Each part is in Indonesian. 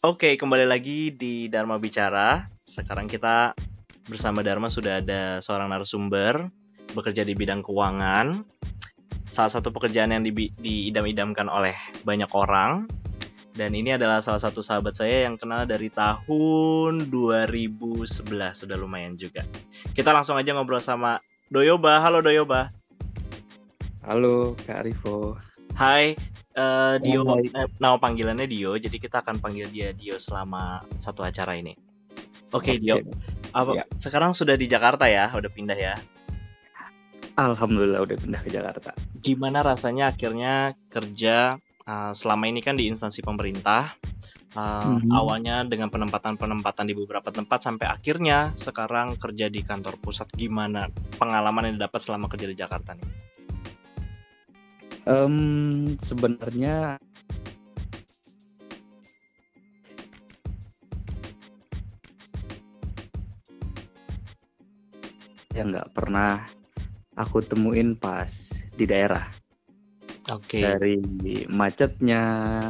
Oke, kembali lagi di Dharma Bicara. Sekarang kita bersama Dharma sudah ada seorang narasumber bekerja di bidang keuangan. Salah satu pekerjaan yang diidam-idamkan oleh banyak orang. Dan ini adalah salah satu sahabat saya yang kenal dari tahun 2011. Sudah lumayan juga. Kita langsung aja ngobrol sama Doyoba. Halo Doyoba. Halo Kak Rivo. Hai, Dio. Nama panggilannya Dio, jadi kita akan panggil dia Dio selama satu acara ini. Oke, Dio. Ya. Sekarang sudah di Jakarta ya? Udah pindah ya? Alhamdulillah udah pindah ke Jakarta. Gimana rasanya akhirnya kerja selama ini kan di instansi pemerintah? Awalnya dengan penempatan di beberapa tempat sampai akhirnya sekarang kerja di kantor pusat. Gimana pengalaman yang didapat selama kerja di Jakarta nih? Sebenarnya yang nggak pernah aku temuin pas di daerah. Oke. Dari macetnya,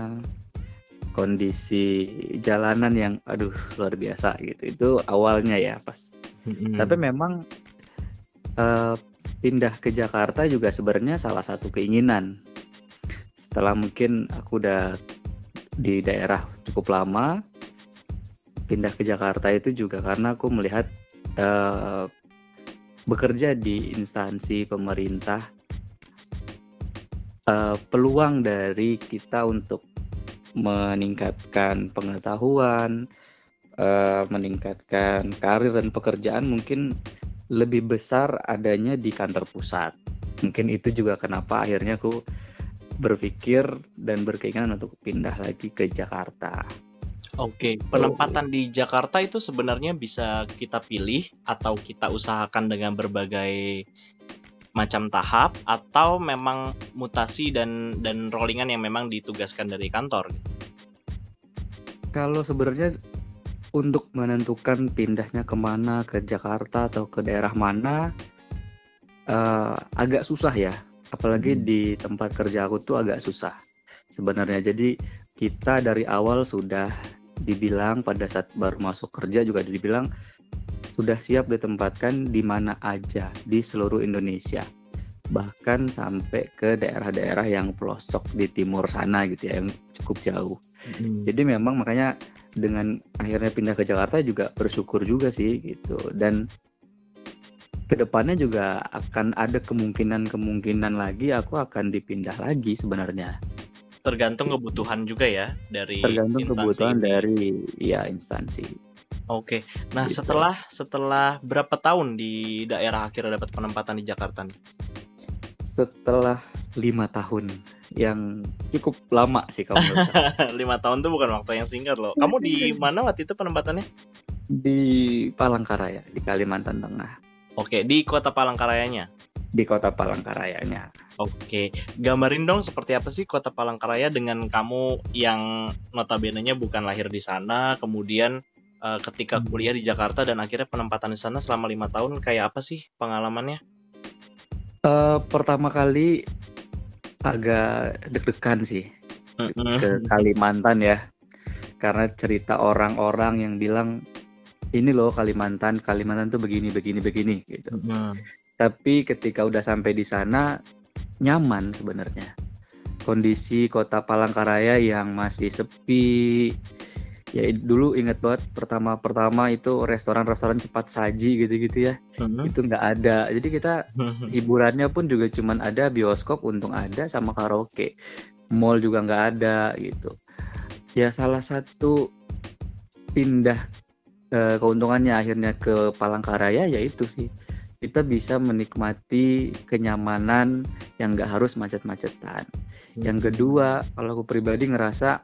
kondisi jalanan yang luar biasa gitu. Itu awalnya ya pas. Tapi memang pindah ke Jakarta juga sebenarnya salah satu keinginan. Setelah mungkin aku udah di daerah cukup lama, pindah ke Jakarta itu juga karena aku melihat bekerja di instansi pemerintah, peluang dari kita untuk meningkatkan pengetahuan, meningkatkan karir dan pekerjaan mungkin lebih besar adanya di kantor pusat. Mungkin itu juga kenapa akhirnya aku berpikir dan berkeinginan untuk pindah lagi ke Jakarta. Oke, penempatan di Jakarta itu sebenarnya bisa kita pilih atau kita usahakan dengan berbagai macam tahap, atau memang mutasi dan rollingan yang memang ditugaskan dari kantor? Kalau sebenarnya untuk menentukan pindahnya kemana, ke Jakarta atau ke daerah mana, agak susah ya. Apalagi di tempat kerja aku tuh agak susah sebenarnya. Jadi kita dari awal sudah dibilang pada saat baru masuk kerja juga dibilang sudah siap ditempatkan di mana aja di seluruh Indonesia. Bahkan sampai ke daerah-daerah yang pelosok di timur sana gitu ya, yang cukup jauh. Jadi memang makanya dengan akhirnya pindah ke Jakarta juga bersyukur juga sih gitu. Dan kedepannya juga akan ada kemungkinan lagi aku akan dipindah lagi sebenarnya. Tergantung kebutuhan juga ya dari tergantung instansi kebutuhan ini. Dari instansi. Oke. Nah, gitu. setelah berapa tahun di daerah akhirnya dapat penempatan di Jakarta nih? Setelah 5 tahun, yang cukup lama sih kalau menurut saya. 5 tahun tuh bukan waktu yang singkat loh. Kamu di mana waktu itu penempatannya? Di Palangkaraya, di Kalimantan Tengah. Oke, di kota Palangkarayanya? Di kota Palangkarayanya. Oke, gambarin dong seperti apa sih kota Palangkaraya dengan kamu yang notabene-nya bukan lahir di sana, kemudian ketika kuliah di Jakarta dan akhirnya penempatan di sana selama 5 tahun, kayak apa sih pengalamannya? Pertama kali agak deg-degan sih ke Kalimantan ya, karena cerita orang-orang yang bilang ini loh Kalimantan tuh begini gitu. Tapi ketika udah sampai di sana nyaman sebenarnya. Kondisi kota Palangkaraya yang masih sepi. Ya dulu ingat banget pertama itu restoran cepat saji gitu-gitu ya. Itu nggak ada. Jadi kita hiburannya pun juga cuman ada bioskop, untung ada, sama karaoke. Mall juga nggak ada gitu. Ya salah satu pindah keuntungannya akhirnya ke Palangkaraya yaitu sih kita bisa menikmati kenyamanan yang nggak harus macet-macetan. Yang kedua, kalau aku pribadi ngerasa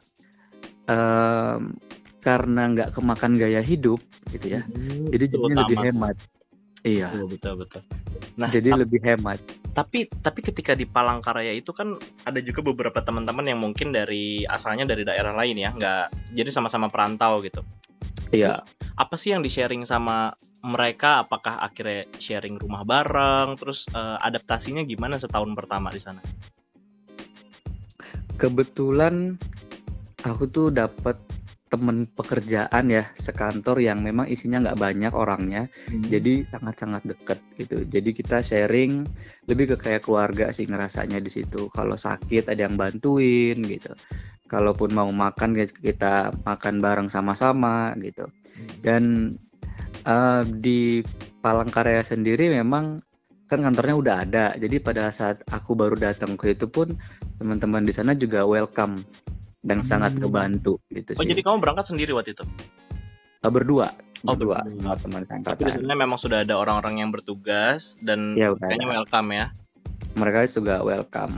karena nggak kemakan gaya hidup gitu ya, jadi jadinya lebih hemat. Iya. Betul. Nah, jadi lebih hemat. Tapi ketika di Palangkaraya itu kan ada juga beberapa teman-teman yang mungkin asalnya dari daerah lain ya, nggak, jadi sama-sama perantau gitu. Iya. Apa sih yang di-sharing sama mereka? Apakah akhirnya sharing rumah bareng? Terus adaptasinya gimana setahun pertama di sana? Kebetulan aku tuh dapat temen pekerjaan ya, sekantor yang memang isinya nggak banyak orangnya, jadi sangat-sangat deket gitu. Jadi kita sharing lebih ke kayak keluarga sih ngerasanya di situ. Kalau sakit ada yang bantuin gitu. Kalaupun mau makan kita makan bareng sama-sama gitu. Dan di Palangkaraya sendiri memang kan kantornya udah ada. Jadi pada saat aku baru datang ke situ pun teman-teman di sana juga welcome dan sangat ngebantu gitu Oh, sih. jadi kamu berangkat sendiri waktu itu? Berdua berdua. sama teman Tapi di angkatan. sana memang sudah ada orang-orang yang bertugas dan Ya udah kayaknya ada. welcome ya. Mereka juga welcome.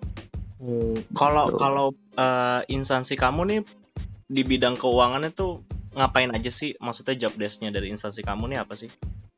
Kalau instansi kamu nih di bidang keuangan itu ngapain aja sih? Maksudnya job desk-nya dari instansi kamu nih apa sih?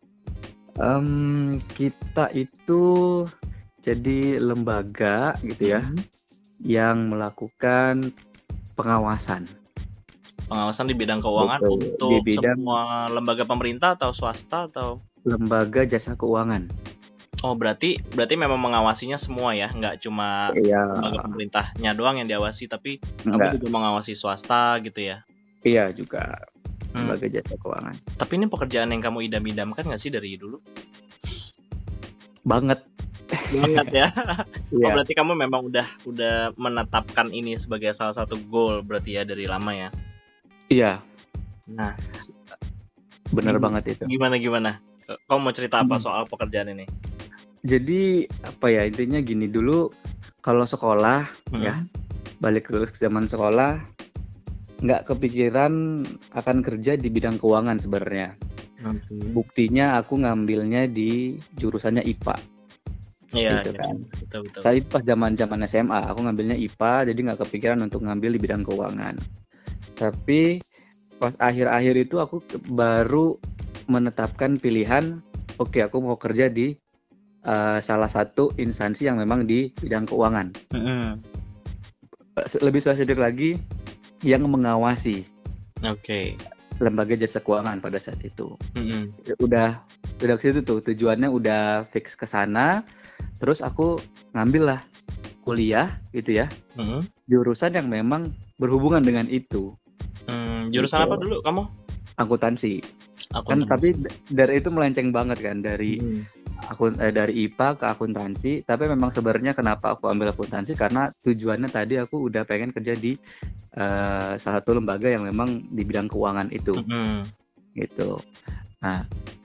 Kita itu jadi lembaga gitu ya, yang melakukan pengawasan. Pengawasan di bidang keuangan. Betul. Untuk Di bidang semua lembaga pemerintah atau swasta atau? lembaga jasa keuangan. Oh, berarti memang mengawasinya semua ya, nggak cuma Iya, lembaga pemerintahnya doang yang diawasi, tapi kamu enggak. juga mengawasi swasta gitu ya? Iya juga lembaga jasa keuangan. Tapi ini pekerjaan yang kamu idam-idamkan nggak sih dari dulu? Banget. Banget ya. Oh, Iya. berarti kamu memang udah menetapkan ini sebagai salah satu goal berarti ya dari lama ya? Iya, Nah, bener banget itu. gimana? Kamu mau cerita apa soal pekerjaan ini? Jadi apa ya, intinya gini, dulu kalau sekolah ya, balik ke zaman sekolah, nggak kepikiran akan kerja di bidang keuangan sebenarnya. Buktinya aku ngambilnya di jurusannya IPA. Iya, gitu kan. betul. Tapi pas zaman SMA aku ngambilnya IPA, jadi nggak kepikiran untuk ngambil di bidang keuangan. Tapi pas akhir-akhir itu aku baru menetapkan pilihan, oke, aku mau kerja di salah satu instansi yang memang di bidang keuangan. Lebih spesifik lagi, yang mengawasi lembaga jasa keuangan pada saat itu. Udah ke situ tuh, tujuannya udah fix ke sana. Terus aku ngambil lah kuliah gitu ya, jurusan yang memang berhubungan dengan itu. Jurusan apa dulu kamu? Akuntansi. Kan tapi dari itu melenceng banget kan dari dari IPA ke akuntansi. Tapi memang sebenarnya kenapa aku ambil akuntansi, karena tujuannya tadi aku udah pengen kerja di salah satu lembaga yang memang di bidang keuangan itu. Gitu. Nah,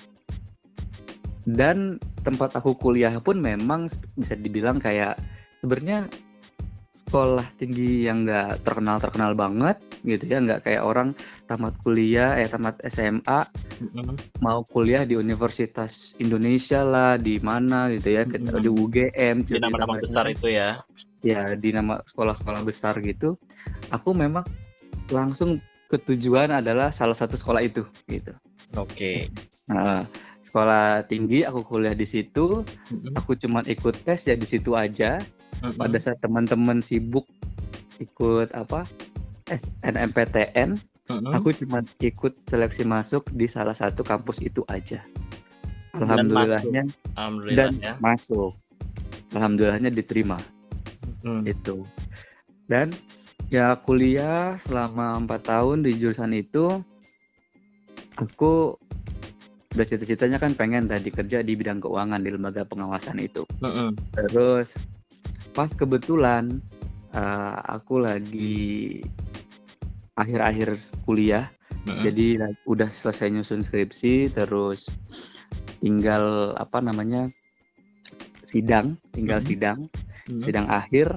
dan tempat aku kuliah pun memang bisa dibilang kayak sebenarnya sekolah tinggi yang nggak terkenal banget gitu ya, nggak kayak orang tamat SMA mau kuliah di Universitas Indonesia lah, di mana gitu ya, di UGM, di nama-nama besar itu ya. Ya, di nama sekolah-sekolah besar gitu. Aku memang langsung ketujuan adalah salah satu sekolah itu gitu. Nah, sekolah tinggi aku kuliah di situ. Aku cuma ikut tes ya di situ aja. Pada saat teman-teman sibuk ikut SNMPTN, aku cuma ikut seleksi masuk di salah satu kampus itu aja. Alhamdulillahnya dan masuk. Alhamdulillahnya diterima. Itu. Dan ya kuliah selama 4 tahun di jurusan itu. Aku udah cita-citanya kan pengen tadi kerja di bidang keuangan di lembaga pengawasan itu. Terus pas kebetulan aku lagi akhir-akhir kuliah, jadi udah selesai nyusun skripsi, terus tinggal sidang akhir.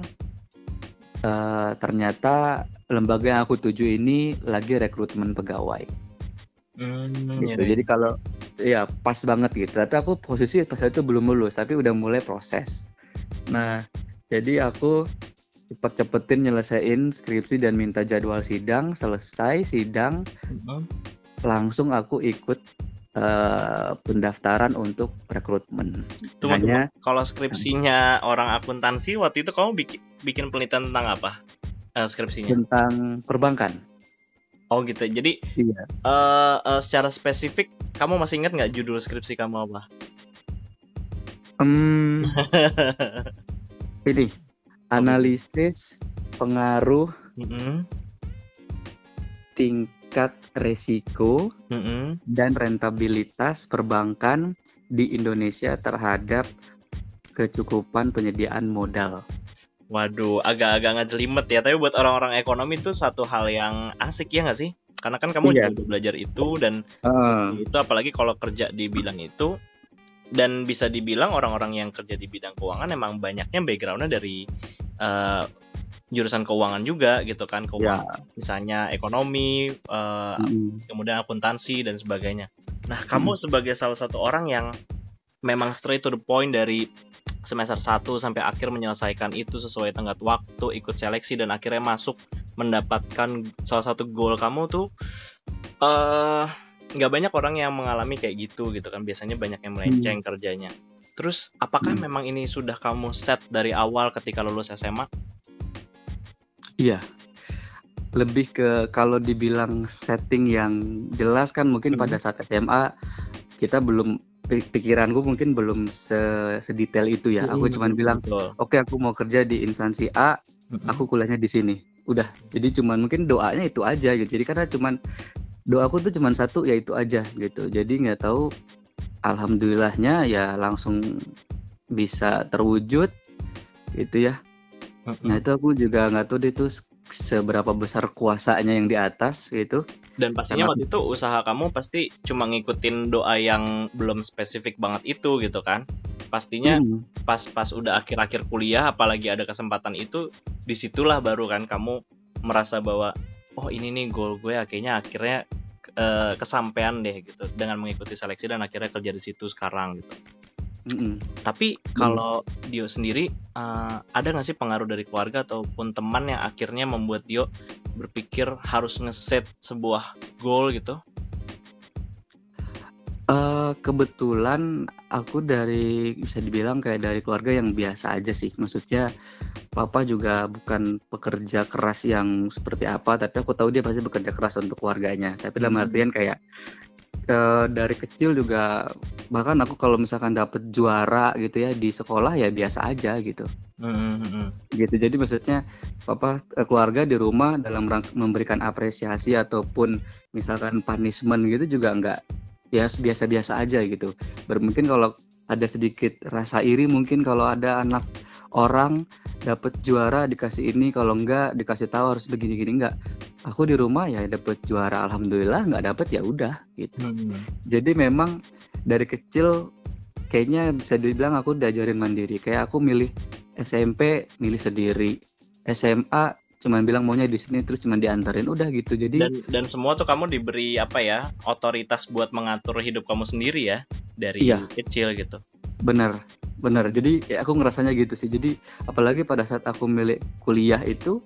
Ternyata lembaga yang aku tuju ini lagi rekrutmen pegawai. Gitu. Jadi kalau ya pas banget gitu. Tapi aku posisi pas itu belum lulus, tapi udah mulai proses. Nah, jadi aku cepet-cepetin nyelesain skripsi dan minta jadwal sidang. Selesai sidang, langsung aku ikut pendaftaran untuk rekrutmen. Tunggu. Kalau skripsinya orang akuntansi, waktu itu kamu bikin penelitian tentang apa? Skripsinya? Tentang perbankan. Oh gitu. Jadi secara spesifik kamu masih ingat nggak judul skripsi kamu apa? Ini analisis pengaruh tingkat resiko Mm-mm. dan rentabilitas perbankan di Indonesia terhadap kecukupan penyediaan modal. Waduh, agak-agak ngejelimet ya. Tapi buat orang-orang ekonomi itu satu hal yang asik ya nggak sih? Karena kan kamu Iya. juga udah belajar itu dan itu apalagi kalau kerja di bidang itu. Dan bisa dibilang orang-orang yang kerja di bidang keuangan emang banyaknya backgroundnya dari jurusan keuangan juga gitu kan. Keuangan, misalnya ekonomi, kemudian akuntansi dan sebagainya. Nah, kamu sebagai salah satu orang yang memang straight to the point dari semester 1 sampai akhir menyelesaikan itu sesuai tenggat waktu, ikut seleksi dan akhirnya masuk mendapatkan salah satu goal kamu tuh nggak banyak orang yang mengalami kayak gitu kan, biasanya banyak yang melenceng kerjanya. Terus apakah memang ini sudah kamu set dari awal ketika lulus SMA? Iya, lebih ke kalau dibilang setting yang jelas kan mungkin pada saat SMA kita belum, pikiranku mungkin belum sedetail itu ya. Aku cuma bilang, oke, aku mau kerja di instansi A, aku kuliahnya di sini. Udah. Jadi cuman mungkin doanya itu aja gitu. Jadi karena cuman doaku tuh cuman satu, ya itu aja gitu. Jadi nggak tahu, alhamdulillahnya ya langsung bisa terwujud gitu ya. Nah itu aku juga nggak tahu deh itu seberapa besar kuasanya yang di atas gitu. Dan pastinya waktu itu usaha kamu pasti cuma ngikutin doa yang belum spesifik banget itu gitu kan. Pastinya pas udah akhir-akhir kuliah, apalagi ada kesempatan itu, disitulah baru kan kamu merasa bahwa oh ini nih goal gue, akhirnya kesampean deh gitu dengan mengikuti seleksi dan akhirnya kerja di situ sekarang gitu. Tapi kalau Dio sendiri ada nggak sih pengaruh dari keluarga ataupun teman yang akhirnya membuat Dio berpikir harus ngeset sebuah goal gitu? Kebetulan aku bisa dibilang kayak dari keluarga yang biasa aja sih. Maksudnya papa juga bukan pekerja keras yang seperti apa, tapi aku tahu dia pasti bekerja keras untuk keluarganya. Tapi dalam artian kayak dari kecil juga, bahkan aku kalau misalkan dapet juara gitu ya di sekolah ya biasa aja gitu. Gitu. Jadi maksudnya papa, keluarga di rumah dalam rangka memberikan apresiasi ataupun misalkan punishment gitu juga enggak, ya biasa-biasa aja gitu. Mungkin kalau ada sedikit rasa iri mungkin kalau ada anak orang dapet juara dikasih ini, kalau enggak dikasih tahu harus begini-gini, enggak. Aku di rumah ya dapet juara alhamdulillah, nggak dapet ya udah gitu. Jadi memang dari kecil kayaknya bisa dibilang aku diajarin mandiri. Kayak aku milih SMP milih sendiri, SMA cuman bilang maunya di sini terus cuman diantarin udah gitu. Jadi dan semua tuh kamu diberi otoritas buat mengatur hidup kamu sendiri ya dari kecil gitu. Benar. Jadi ya aku ngerasanya gitu sih. Jadi apalagi pada saat aku milih kuliah itu,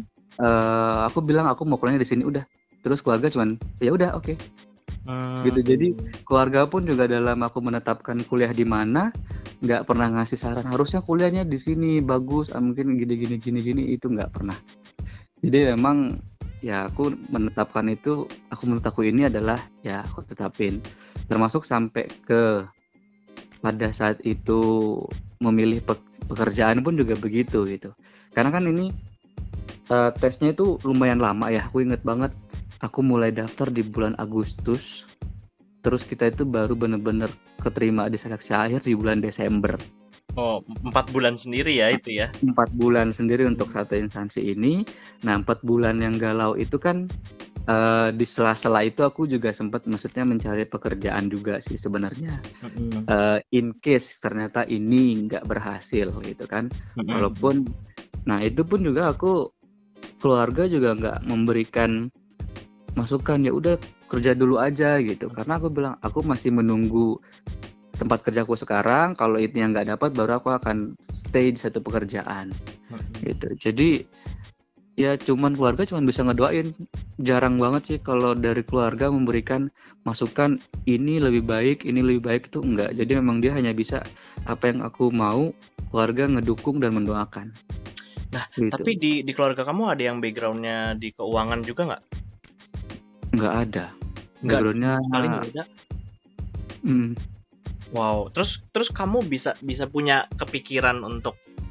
aku bilang aku mau kuliahnya di sini udah. Terus keluarga cuman ya udah oke. Gitu. Jadi keluarga pun juga dalam aku menetapkan kuliah di mana nggak pernah ngasih saran harusnya kuliahnya di sini bagus, mungkin gini itu nggak pernah. Jadi memang ya aku menetapkan itu, aku ini adalah ya aku tetapin. Termasuk sampai ke pada saat itu memilih pekerjaan pun juga begitu gitu. Karena kan ini tesnya itu lumayan lama ya. Aku inget banget aku mulai daftar di bulan Agustus. Terus kita itu baru benar-benar keterima di seleksi akhir di bulan Desember. Oh, 4 bulan sendiri ya itu ya? 4 bulan sendiri untuk satu instansi ini. Nah, 4 bulan yang galau itu kan di sela-sela itu aku juga sempat maksudnya mencari pekerjaan juga sih sebenarnya. In case ternyata ini nggak berhasil gitu kan. Walaupun, nah itu pun juga keluarga juga nggak memberikan masukan, ya udah kerja dulu aja gitu. Karena aku bilang aku masih menunggu tempat kerjaku sekarang, kalau itu yang nggak dapat baru aku akan stay di satu pekerjaan gitu. Jadi ya keluarga cuman bisa ngedoain. Jarang banget sih kalau dari keluarga memberikan masukan ini lebih baik itu enggak. Jadi memang dia hanya bisa apa yang aku mau, keluarga ngedukung dan mendoakan. Nah gitu. Tapi di keluarga kamu ada yang backgroundnya di keuangan juga nggak? Nggak ada. Backgroundnya paling beda. Wow, terus kamu bisa punya kepikiran untuk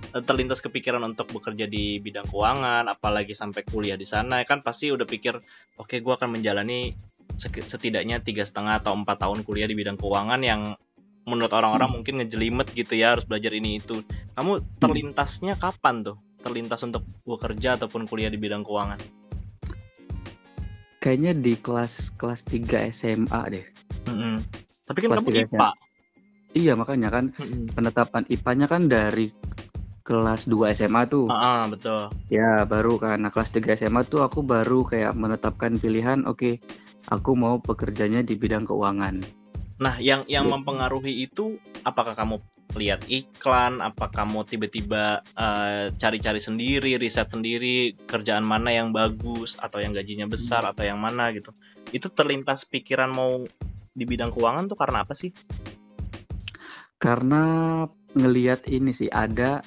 terlintas kepikiran untuk bekerja di bidang keuangan, apalagi sampai kuliah di sana, kan pasti udah pikir, oke, gue akan menjalani setidaknya 3,5 atau 4 tahun kuliah di bidang keuangan yang menurut orang-orang mungkin ngejelimet gitu ya, harus belajar ini itu. Kamu terlintasnya kapan tuh? Terlintas untuk bekerja ataupun kuliah di bidang keuangan? Kayaknya di kelas 3 SMA deh. Tapi kan Kelas kamu 3 IPA. Iya, makanya kan penetapan IPA-nya kan dari kelas 2 SMA tuh. Betul. Ya, baru karena kelas 3 SMA tuh aku baru kayak menetapkan pilihan, oke, aku mau bekerjanya di bidang keuangan. Nah, yang mempengaruhi itu, apakah kamu lihat iklan, apa kamu tiba-tiba cari-cari sendiri, riset sendiri, kerjaan mana yang bagus atau yang gajinya besar atau yang mana gitu. Itu terlintas pikiran mau di bidang keuangan tuh karena apa sih? Karena ngelihat ini sih, ada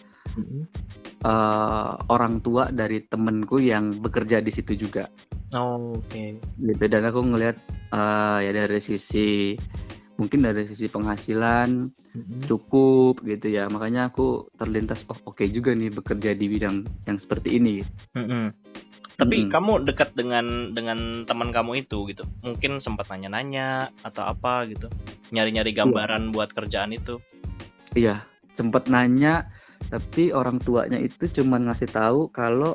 orang tua dari temenku yang bekerja di situ juga. Oke. Gitu, dan aku ngelihat ya dari sisi penghasilan cukup gitu ya, makanya aku terlintas oke juga nih bekerja di bidang yang seperti ini. Tapi kamu dekat dengan teman kamu itu gitu, mungkin sempat nanya-nanya atau apa gitu, nyari-nyari gambaran buat kerjaan itu? Iya, sempat nanya, tapi orang tuanya itu cuma ngasih tahu kalau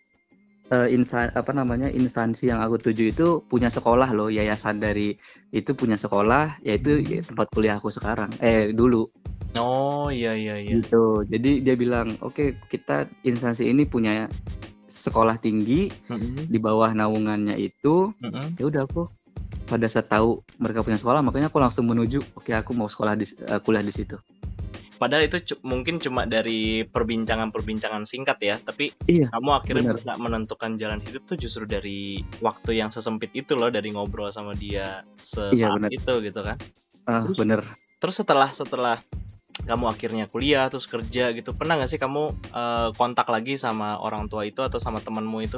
instansi yang aku tuju itu punya sekolah loh, yayasan dari itu punya sekolah, yaitu tempat kuliah aku sekarang dulu. Oh iya. Gitu. Jadi dia bilang, oke, kita instansi ini punya sekolah tinggi di bawah naungannya itu. Ya udah, aku pada saat tahu mereka punya sekolah, makanya aku langsung menuju, oke, aku mau kuliah di situ. Padahal itu mungkin cuma dari perbincangan singkat ya, tapi kamu akhirnya bisa menentukan jalan hidup tuh justru dari waktu yang sesempit itu loh, dari ngobrol sama dia sesaat itu gitu kan. Bener. Terus setelah kamu akhirnya kuliah terus kerja gitu, pernah nggak sih kamu kontak lagi sama orang tua itu atau sama temanmu itu?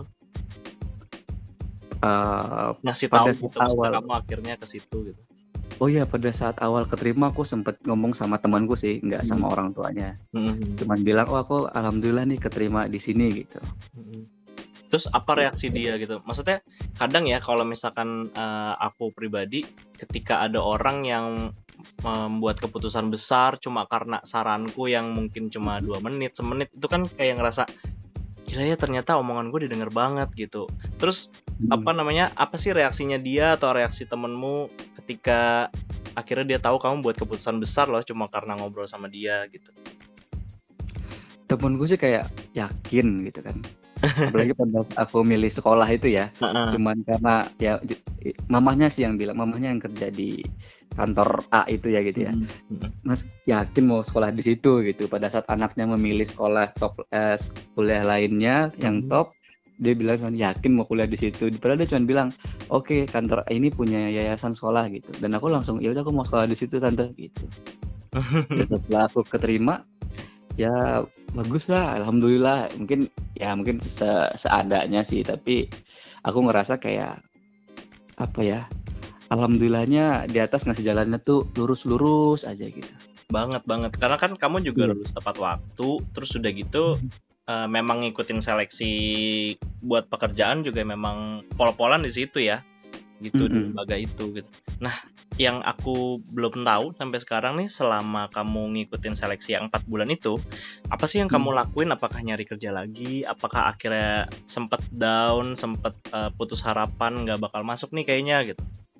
Ngasih tahu gitu, kamu akhirnya ke situ gitu. Oh iya, pada saat awal keterima aku sempat ngomong sama temanku sih, nggak sama orang tuanya. Cuman bilang, aku alhamdulillah nih keterima di sini gitu. Terus apa reaksi dia gitu? Maksudnya kadang ya kalau misalkan aku pribadi, ketika ada orang yang membuat keputusan besar cuma karena saranku yang mungkin cuma 2 menit, semenit, itu kan kayak ngerasa, gila ya ternyata omongan gue didengar banget gitu. Terus apa sih reaksinya dia atau reaksi temenmu ketika akhirnya dia tahu kamu buat keputusan besar loh cuma karena ngobrol sama dia gitu? Temen gue sih kayak yakin gitu kan. Apalagi pada aku milih sekolah itu ya. Cuman karena ya mamahnya yang kerja di kantor A itu ya gitu ya. Mas yakin mau sekolah di situ gitu. Pada saat anaknya memilih sekolah top kuliah lainnya yang top, dia bilang yakin mau kuliah di situ. Padahal dia cuma bilang, oke, kantor ini punya yayasan sekolah gitu. Dan aku langsung, ya udah aku mau sekolah di situ tante gitu. Dan setelah aku keterima, ya bagus lah, alhamdulillah. Mungkin seadanya sih, tapi aku ngerasa kayak apa ya, alhamdulillahnya di atas ngasih jalannya tuh lurus aja gitu. Banget, karena kan kamu juga lulus tepat waktu, terus udah gitu memang ngikutin seleksi buat pekerjaan juga, memang pol-polan di situ ya gitu, di lembaga itu gitu. Nah, yang aku belum tahu sampai sekarang nih, selama kamu ngikutin seleksi yang 4 bulan itu, apa sih yang kamu lakuin? Apakah nyari kerja lagi? Apakah akhirnya sempet down, sempet putus harapan nggak bakal masuk nih kayaknya gitu?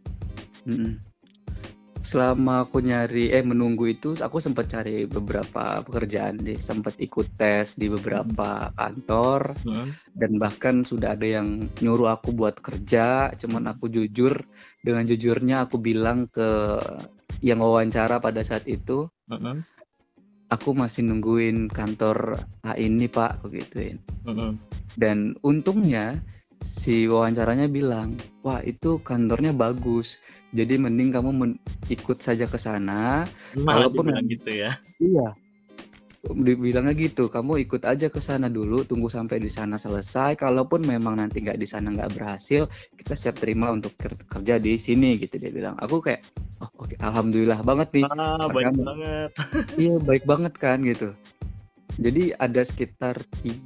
Selama aku menunggu itu, aku sempat cari beberapa pekerjaan deh, sempat ikut tes di beberapa kantor, dan bahkan sudah ada yang nyuruh aku buat kerja, cuman aku dengan jujurnya aku bilang ke yang wawancara pada saat itu, aku masih nungguin kantor A ini Pak, aku gituin. Dan untungnya si wawancaranya bilang, wah itu kantornya bagus, jadi mending kamu ikut saja ke sana. Walaupun bilang gitu ya. Iya. Dibilangnya gitu, kamu ikut aja ke sana dulu, tunggu sampai di sana selesai. Kalaupun memang nanti di sana nggak berhasil, kita siap terima untuk kerja di sini gitu, dia bilang. Aku kayak, oke, alhamdulillah banget nih. Baik banget. Iya, baik banget kan gitu. Jadi ada sekitar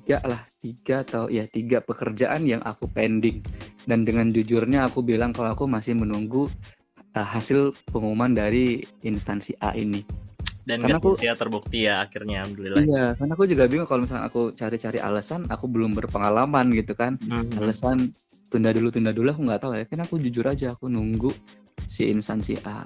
tiga pekerjaan yang aku pending. Dan dengan jujurnya aku bilang kalau aku masih menunggu hasil pengumuman dari instansi A ini. Dan Karena nggak sia-sia terbukti ya akhirnya, alhamdulillah. iya, karena aku juga bingung kalau misalnya aku cari-cari alasan, aku belum berpengalaman gitu kan. Alasan tunda dulu aku nggak tahu ya. Kan aku jujur aja aku nunggu si instansi A.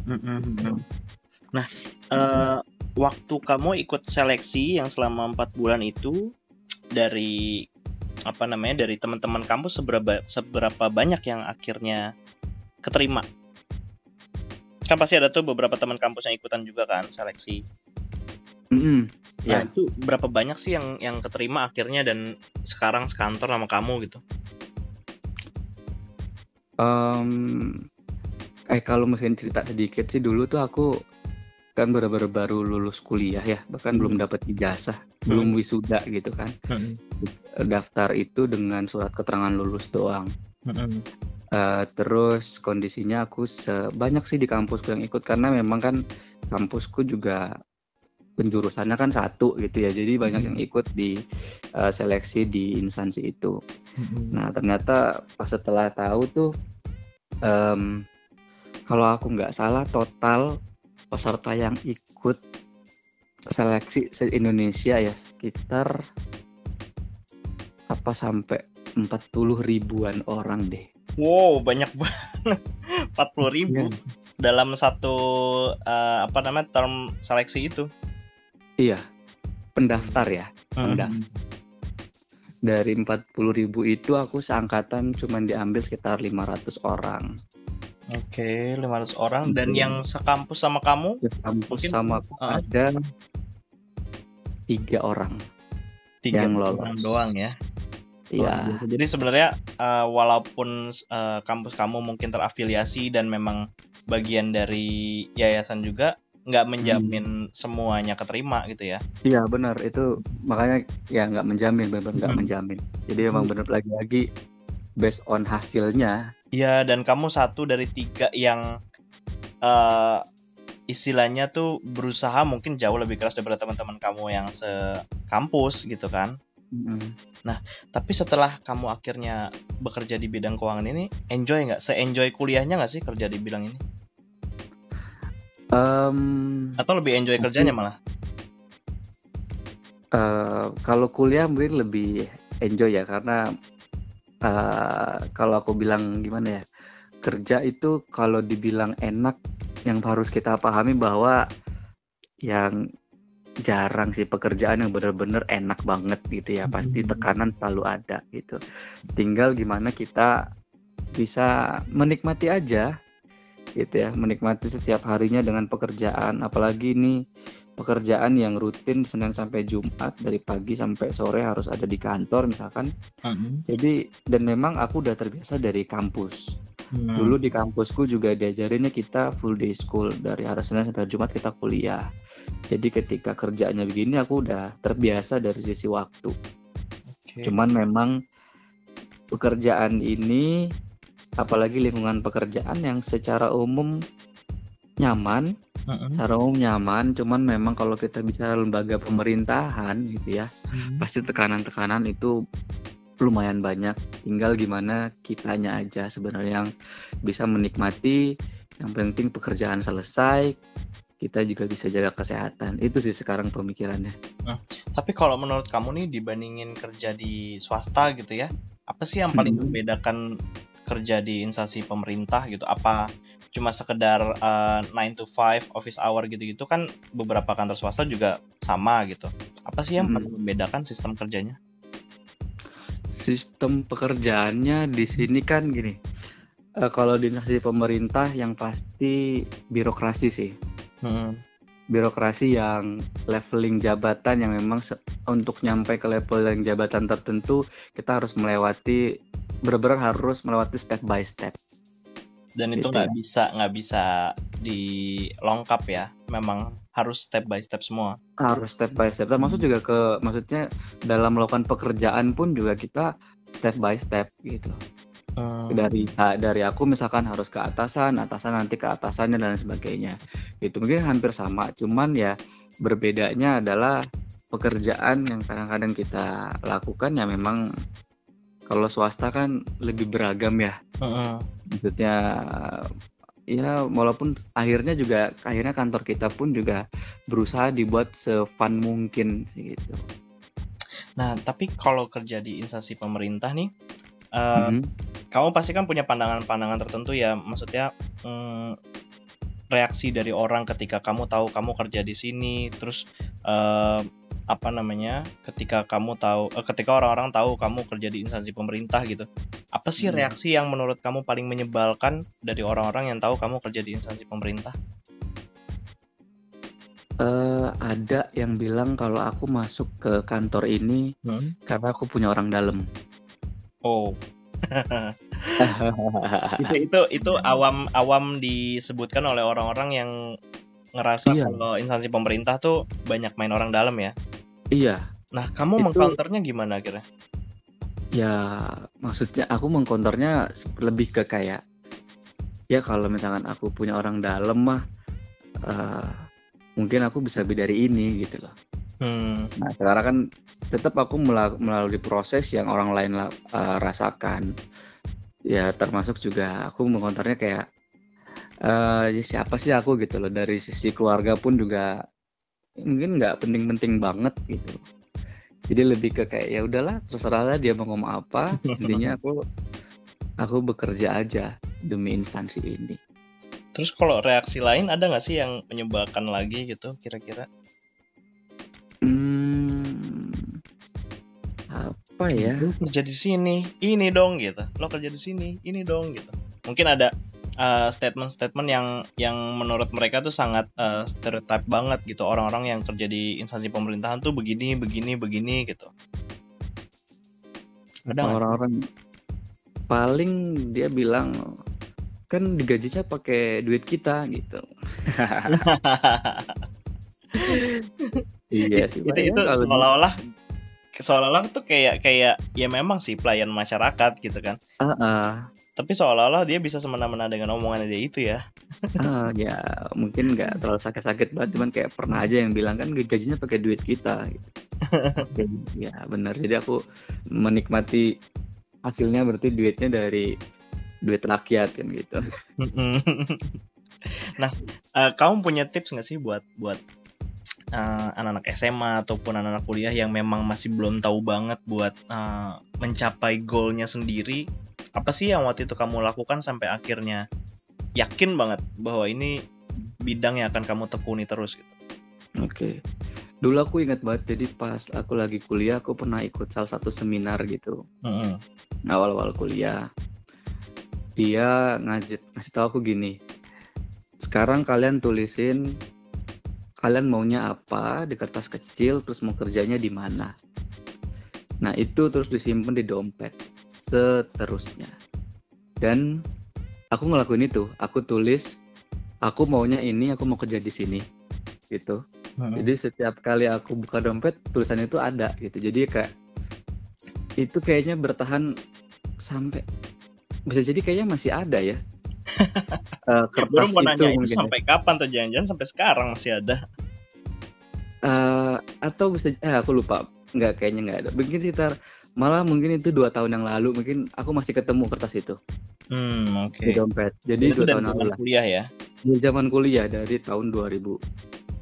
Nah, waktu kamu ikut seleksi yang selama 4 bulan itu dari dari teman-teman kamu seberapa banyak yang akhirnya keterima? Kan pasti ada tuh beberapa teman kampus yang ikutan juga kan seleksi. Nah, itu berapa banyak sih yang keterima akhirnya dan sekarang sekantor sama kamu gitu? Kalau mungkin cerita sedikit sih, dulu tuh aku kan baru lulus kuliah ya, bahkan belum dapat ijazah, belum wisuda gitu kan. Daftar itu dengan surat keterangan lulus doang. Terus kondisinya aku banyak sih di kampusku yang ikut, karena memang kan kampusku juga penjurusannya kan satu gitu ya, jadi banyak yang ikut di seleksi di instansi itu. Nah ternyata pas setelah tahu tuh kalau aku nggak salah total peserta yang ikut seleksi se-Indonesia ya sekitar sampai 40 ribuan orang deh. Wow, banyak banget. 40 ribu dalam satu term seleksi itu. Iya, pendaftar ya. Dari 40 ribu itu aku seangkatan cuman diambil sekitar 500 orang. Oke, 500 orang. Dan yang sekampus sama kamu? Sekampus sama aku ada 3 orang. 3 yang lolos. Orang doang ya? Iya. Jadi sebenarnya walaupun kampus kamu mungkin terafiliasi dan memang bagian dari yayasan juga, nggak menjamin semuanya keterima gitu ya? Iya benar, itu makanya ya nggak menjamin, benar-benar nggak menjamin. Jadi emang benar lagi based on hasilnya. Iya, dan kamu satu dari 3 yang istilahnya tuh berusaha mungkin jauh lebih keras daripada teman-teman kamu yang sekampus gitu kan. Nah, tapi setelah kamu akhirnya bekerja di bidang keuangan ini, enjoy nggak? Se-enjoy kuliahnya nggak sih kerja di bidang ini? Atau lebih enjoy kerjanya malah? Kalau kuliah mungkin lebih enjoy ya, karena kalau aku bilang gimana ya, kerja itu kalau dibilang enak, yang harus kita pahami bahwa yang jarang sih pekerjaan yang benar-benar enak banget gitu ya. Pasti tekanan selalu ada gitu. Tinggal gimana kita bisa menikmati aja gitu ya, menikmati setiap harinya dengan pekerjaan. Apalagi ini pekerjaan yang rutin Senin sampai Jumat, dari pagi sampai sore harus ada di kantor misalkan. Jadi dan memang aku udah terbiasa dari kampus. Dulu di kampusku juga diajarinnya kita full day school, dari hari Senin sampai Jumat kita kuliah. Jadi ketika kerjaannya begini aku udah terbiasa dari sisi waktu. Cuman memang pekerjaan ini, apalagi lingkungan pekerjaan yang secara umum nyaman, cuman memang kalau kita bicara lembaga pemerintahan gitu ya, pasti tekanan-tekanan itu lumayan banyak. Tinggal gimana kitanya aja sebenarnya yang bisa menikmati. Yang penting pekerjaan selesai, kita juga bisa jaga kesehatan. Itu sih sekarang pemikirannya. Tapi kalau menurut kamu nih, dibandingin kerja di swasta gitu ya, apa sih yang paling membedakan kerja di instansi pemerintah gitu? Apa cuma sekedar 9 to 5 office hour gitu-gitu? Kan beberapa kantor swasta juga sama gitu. Apa sih yang paling membedakan sistem kerjanya? Sistem pekerjaannya di sini kan gini. Kalau di instansi pemerintah yang pasti birokrasi sih. Birokrasi yang leveling jabatan yang memang untuk nyampe ke level yang jabatan tertentu kita harus melewati, benar-benar harus melewati step by step. Dan itu nggak bisa dilengkap ya, memang harus step by step semua. Harus step by step. Termasuk juga maksudnya dalam melakukan pekerjaan pun juga kita step by step gitu. Dari aku misalkan harus ke atasan nanti ke atasannya dan sebagainya. Itu mungkin hampir sama, cuman ya berbedanya adalah pekerjaan yang kadang-kadang kita lakukan ya memang kalau swasta kan lebih beragam ya. Maksudnya ya walaupun akhirnya kantor kita pun juga berusaha dibuat se-fun mungkin sih gitu. Nah, tapi kalau kerja di instansi pemerintah nih, kamu pasti kan punya pandangan-pandangan tertentu ya. Maksudnya reaksi dari orang ketika kamu tahu kamu kerja di sini, terus ketika orang-orang tahu kamu kerja di instansi pemerintah gitu. Apa sih reaksi yang menurut kamu paling menyebalkan dari orang-orang yang tahu kamu kerja di instansi pemerintah? Ada yang bilang kalau aku masuk ke kantor ini karena aku punya orang dalam. Oh. itu awam disebutkan oleh orang-orang yang ngerasa kalau instansi pemerintah tuh banyak main orang dalam ya. Iya. Nah, kamu mengcounternya gimana kira? Ya, maksudnya aku mengcounternya lebih ke kayak ya kalau misalkan aku punya orang dalam mah mungkin aku bisa lebih dari ini gitu loh. Nah, sekarang kan tetap aku melalui proses yang orang lain rasakan. Ya termasuk juga aku mengcounternya kayak ya siapa sih aku gitu loh, dari sisi keluarga pun juga mungkin nggak penting-penting banget gitu. Jadi lebih ke kayak ya udahlah terserah lah dia mau ngomong apa, intinya aku bekerja aja demi instansi ini. Terus kalau reaksi lain ada nggak sih yang menyebalkan lagi gitu kira-kira? Apa ya? Lo kerja di sini, ini dong gitu. Lo kerja di sini, ini dong gitu. Mungkin ada statement-statement yang menurut mereka tuh sangat stereotype banget gitu. Orang-orang yang kerja di instansi pemerintahan tuh begini gitu. Ada orang-orang paling dia bilang kan digajinya pakai duit kita gitu. Iya sih. Itu seolah-olah tuh kayak ya memang sih pelayan masyarakat gitu kan. Tapi seolah-olah dia bisa semena-mena dengan omongannya dia itu ya. Ya mungkin nggak terlalu sakit-sakit banget, cuman kayak pernah aja yang bilang kan gajinya pakai duit kita gitu. Ya benar, jadi aku menikmati hasilnya berarti duitnya dari duit rakyat kan gitu. Nah, kamu punya tips nggak sih buat anak-anak SMA ataupun anak-anak kuliah yang memang masih belum tahu banget buat mencapai goalnya sendiri? Apa sih yang waktu itu kamu lakukan sampai akhirnya yakin banget bahwa ini bidang yang akan kamu tekuni terus gitu? Oke. Dulu aku ingat banget, jadi pas aku lagi kuliah aku pernah ikut salah satu seminar gitu. Awal-awal kuliah. Dia ngasih tahu aku gini. Sekarang kalian tulisin kalian maunya apa di kertas kecil, terus mau kerjanya di mana. Nah, itu terus disimpan di dompet seterusnya. Dan aku ngelakuin itu, aku tulis aku maunya ini, aku mau kerja di sini gitu. Jadi setiap kali aku buka dompet tulisan itu ada gitu. Jadi kayak itu kayaknya bertahan sampai bisa jadi kayaknya masih ada ya. Kertas mau nanya itu sampai kapan tuh, jangan-jangan sampai sekarang masih ada. Atau bisa aku lupa, kayaknya nggak ada. Mungkin sekitar malah mungkin itu 2 tahun yang lalu mungkin aku masih ketemu kertas itu. Di dompet. Jadi 2 tahun lalu lah. Kuliah ya? Di zaman kuliah dari tahun 2009.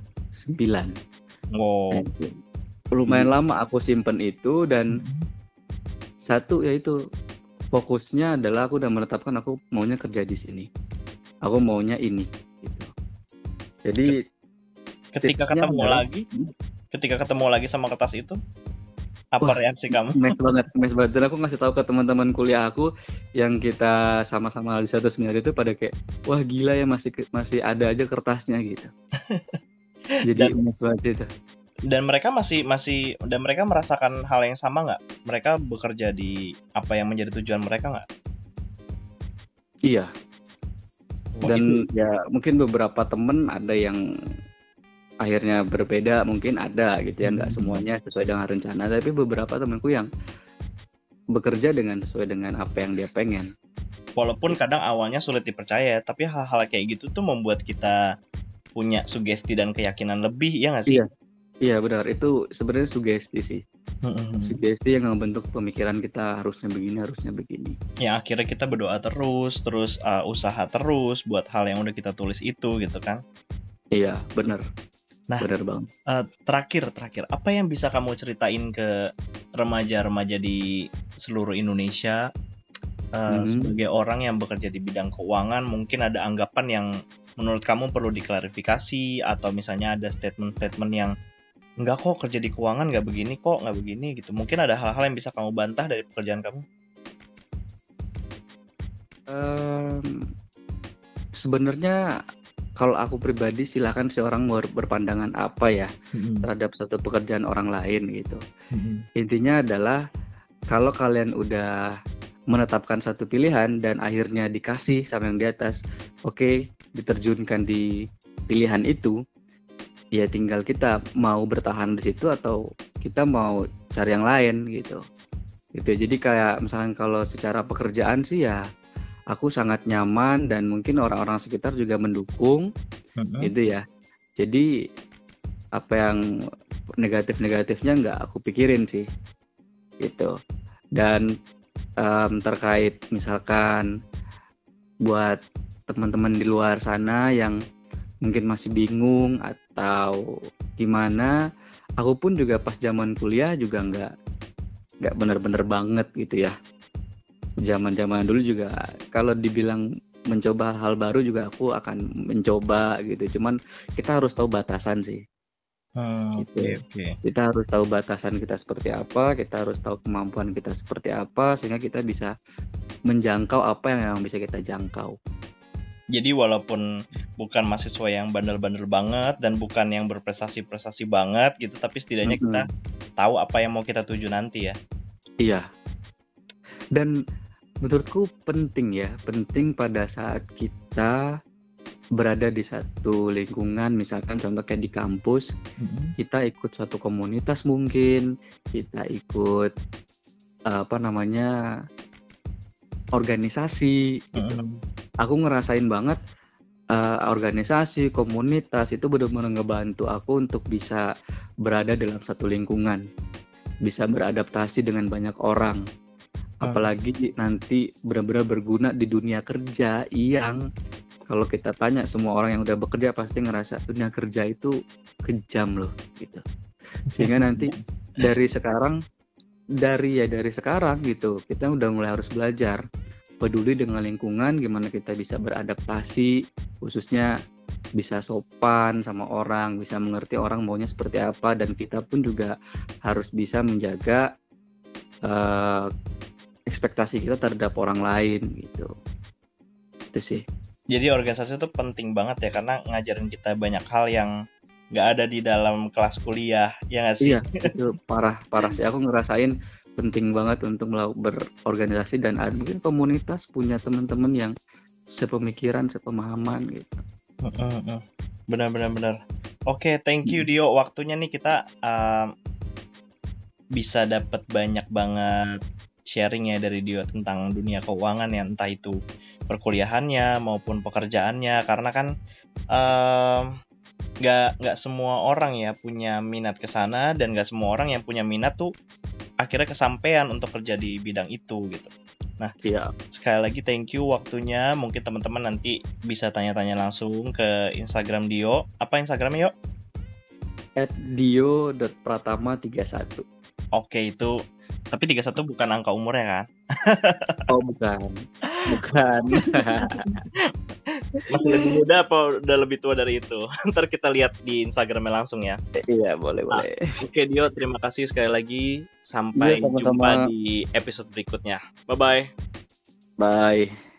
Lumayan lama aku simpen itu, dan satu yaitu fokusnya adalah aku udah menetapkan aku maunya kerja di sini. Aku maunya ini gitu. Jadi ketika ketemu lagi sama kertas itu, apa reaksi kamu? Mes banget. Dan aku ngasih tahu ke teman-teman kuliah aku yang kita sama-sama di satu seminar itu, pada kayak wah gila ya, masih ada aja kertasnya gitu. Jadi mes banget itu. Dan mereka dan mereka merasakan hal yang sama nggak? Mereka bekerja di apa yang menjadi tujuan mereka nggak? Iya. Dan ya mungkin beberapa temen ada yang akhirnya berbeda, mungkin ada gitu ya, nggak semuanya sesuai dengan rencana, tapi beberapa temanku yang bekerja sesuai dengan apa yang dia pengen. Walaupun kadang awalnya sulit dipercaya, tapi hal-hal kayak gitu tuh membuat kita punya sugesti dan keyakinan lebih, ya nggak sih? Iya benar, itu sebenarnya sugesti sih. Sugesti yang membentuk pemikiran kita harusnya begini. Ya akhirnya kita berdoa terus usaha terus buat hal yang udah kita tulis itu gitu kan. Iya benar. Nah, benar banget. Terakhir, apa yang bisa kamu ceritain ke remaja-remaja di seluruh Indonesia sebagai orang yang bekerja di bidang keuangan? Mungkin ada anggapan yang menurut kamu perlu diklarifikasi, atau misalnya ada statement-statement yang enggak kok, kerja di keuangan nggak begini gitu. Mungkin ada hal-hal yang bisa kamu bantah dari pekerjaan kamu? Sebenarnya kalau aku pribadi silakan seorang berpandangan apa ya terhadap satu pekerjaan orang lain gitu. Intinya adalah kalau kalian udah menetapkan satu pilihan dan akhirnya dikasih sama yang di atas, oke, diterjunkan di pilihan itu, ya tinggal kita mau bertahan di situ atau kita mau cari yang lain gitu. Jadi kayak misalkan kalau secara pekerjaan sih ya aku sangat nyaman dan mungkin orang-orang sekitar juga mendukung gitu ya. Jadi apa yang negatif-negatifnya nggak aku pikirin sih gitu. Dan terkait misalkan buat teman-teman di luar sana yang mungkin masih bingung atau gimana, aku pun juga pas zaman kuliah juga nggak benar-benar banget gitu ya. Zaman dulu juga kalau dibilang mencoba hal baru juga aku akan mencoba gitu. Cuman kita harus tahu batasan sih. Oke. Kita harus tahu batasan kita seperti apa, kita harus tahu kemampuan kita seperti apa sehingga kita bisa menjangkau apa yang bisa kita jangkau. Jadi walaupun bukan mahasiswa yang bandel-bandel banget dan bukan yang berprestasi-prestasi banget gitu, tapi setidaknya kita tahu apa yang mau kita tuju nanti ya. Iya. Dan menurutku penting pada saat kita berada di satu lingkungan, misalkan contoh kayak di kampus, kita ikut suatu komunitas mungkin, kita ikut organisasi gitu. Aku ngerasain banget organisasi, komunitas itu benar-benar ngebantu aku untuk bisa berada dalam satu lingkungan, bisa beradaptasi dengan banyak orang. Apalagi nanti benar-benar berguna di dunia kerja yang kalau kita tanya semua orang yang udah bekerja pasti ngerasa dunia kerja itu kejam loh gitu. Sehingga nanti dari sekarang gitu kita udah mulai harus belajar peduli dengan lingkungan, gimana kita bisa beradaptasi, khususnya bisa sopan sama orang, bisa mengerti orang maunya seperti apa, dan kita pun juga harus bisa menjaga ekspektasi kita terhadap orang lain gitu. Itu sih. Jadi organisasi itu penting banget ya, karena ngajarin kita banyak hal yang nggak ada di dalam kelas kuliah, ya nggak sih? Iya, itu parah sih. Aku ngerasain penting banget untuk berorganisasi dan mungkin komunitas punya teman-teman yang sepemikiran, sepemahaman gitu. Benar. Oke, thank you Dio. Waktunya nih kita bisa dapat banyak banget sharing ya dari Dio tentang dunia keuangan ya, entah itu perkuliahannya maupun pekerjaannya, karena kan nggak semua orang ya punya minat ke sana, dan nggak semua orang yang punya minat tuh akhirnya kesampaian untuk kerja di bidang itu gitu. Nah, sekali lagi thank you waktunya. Mungkin teman-teman nanti bisa tanya-tanya langsung ke Instagram Dio. Apa Instagramnya, Yo? @dio.pratama31. Oke, itu tapi 31 bukan angka umurnya kan? Oh, bukan. Masih lebih muda apa udah lebih tua dari itu? Ntar kita lihat di Instagramnya langsung ya. Iya, boleh. Oke Dio, terima kasih sekali lagi. Sampai jumpa di episode berikutnya. Bye-bye. Bye.